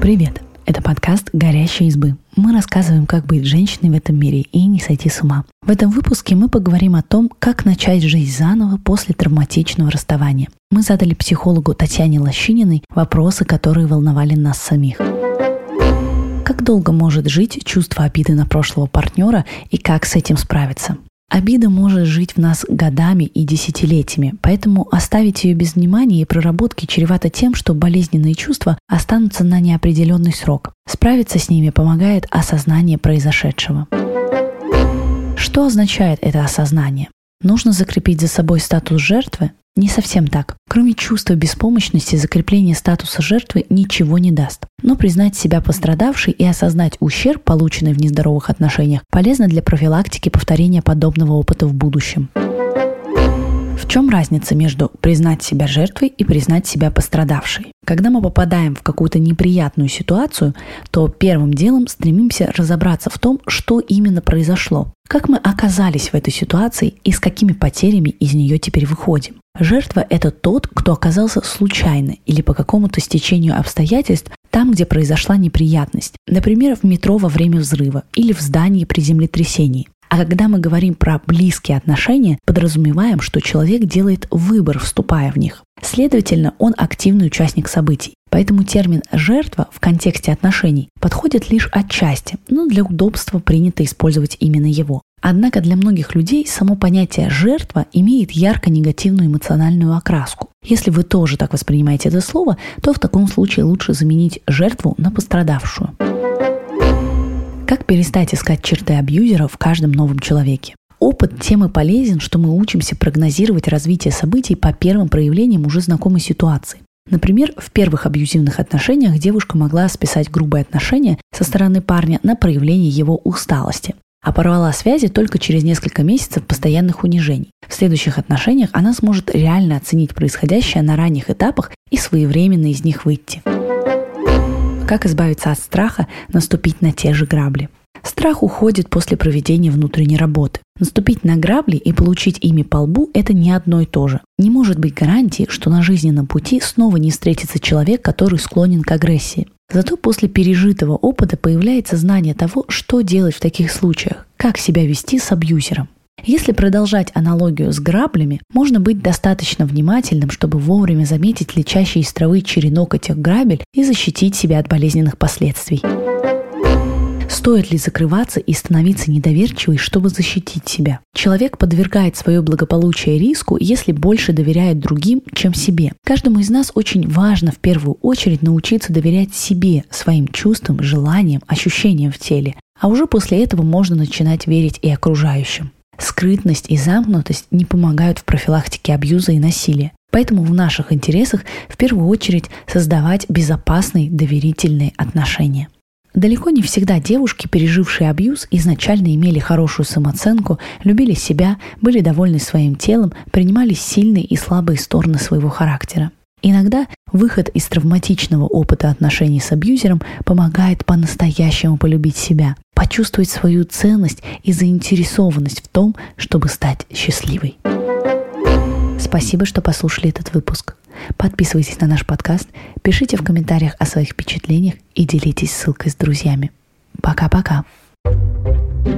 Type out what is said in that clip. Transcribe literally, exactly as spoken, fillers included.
Привет! Это подкаст «Горящие избы». Мы рассказываем, как быть женщиной в этом мире и не сойти с ума. В этом выпуске мы поговорим о том, как начать жизнь заново после травматичного расставания. Мы задали психологу Татьяне Лощининой вопросы, которые волновали нас самих. Как долго может жить чувство обиды на прошлого партнера и как с этим справиться? Обида может жить в нас годами и десятилетиями, поэтому оставить ее без внимания и проработки чревато тем, что болезненные чувства останутся на неопределенный срок. Справиться с ними помогает осознание произошедшего. Что означает это осознание? Нужно закрепить за собой статус жертвы? Не совсем так. Кроме чувства беспомощности, закрепление статуса жертвы ничего не даст. Но признать себя пострадавшей и осознать ущерб, полученный в нездоровых отношениях, полезно для профилактики повторения подобного опыта в будущем. В чем разница между признать себя жертвой и признать себя пострадавшей? Когда мы попадаем в какую-то неприятную ситуацию, то первым делом стремимся разобраться в том, что именно произошло, как мы оказались в этой ситуации и с какими потерями из нее теперь выходим. Жертва – это тот, кто оказался случайно или по какому-то стечению обстоятельств там, где произошла неприятность, например, в метро во время взрыва или в здании при землетрясении. А когда мы говорим про близкие отношения, подразумеваем, что человек делает выбор, вступая в них. Следовательно, он активный участник событий. Поэтому термин «жертва» в контексте отношений подходит лишь отчасти, но для удобства принято использовать именно его. Однако для многих людей само понятие «жертва» имеет ярко негативную эмоциональную окраску. Если вы тоже так воспринимаете это слово, то в таком случае лучше заменить жертву на пострадавшую. Как перестать искать черты абьюзера в каждом новом человеке? Опыт тем и полезен, что мы учимся прогнозировать развитие событий по первым проявлениям уже знакомой ситуации. Например, в первых абьюзивных отношениях девушка могла списать грубые отношения со стороны парня на проявление его усталости, а порвала связи только через несколько месяцев постоянных унижений. В следующих отношениях она сможет реально оценить происходящее на ранних этапах и своевременно из них выйти. Как избавиться от страха наступить на те же грабли? Страх уходит после проведения внутренней работы. Наступить на грабли и получить ими по лбу – это не одно и то же. Не может быть гарантии, что на жизненном пути снова не встретится человек, который склонен к агрессии. Зато после пережитого опыта появляется знание того, что делать в таких случаях, как себя вести с абьюзером. Если продолжать аналогию с граблями, можно быть достаточно внимательным, чтобы вовремя заметить летящий из травы черенок этих грабель и защитить себя от болезненных последствий. Стоит ли закрываться и становиться недоверчивой, чтобы защитить себя? Человек подвергает свое благополучие риску, если больше доверяет другим, чем себе. Каждому из нас очень важно в первую очередь научиться доверять себе, своим чувствам, желаниям, ощущениям в теле. А уже после этого можно начинать верить и окружающим. Скрытность и замкнутость не помогают в профилактике абьюза и насилия. Поэтому в наших интересах в первую очередь создавать безопасные, доверительные отношения. Далеко не всегда девушки, пережившие абьюз, изначально имели хорошую самооценку, любили себя, были довольны своим телом, принимали сильные и слабые стороны своего характера. Иногда выход из травматичного опыта отношений с абьюзером помогает по-настоящему полюбить себя, почувствовать свою ценность и заинтересованность в том, чтобы стать счастливой. Спасибо, что послушали этот выпуск. Подписывайтесь на наш подкаст, пишите в комментариях о своих впечатлениях и делитесь ссылкой с друзьями. Пока-пока.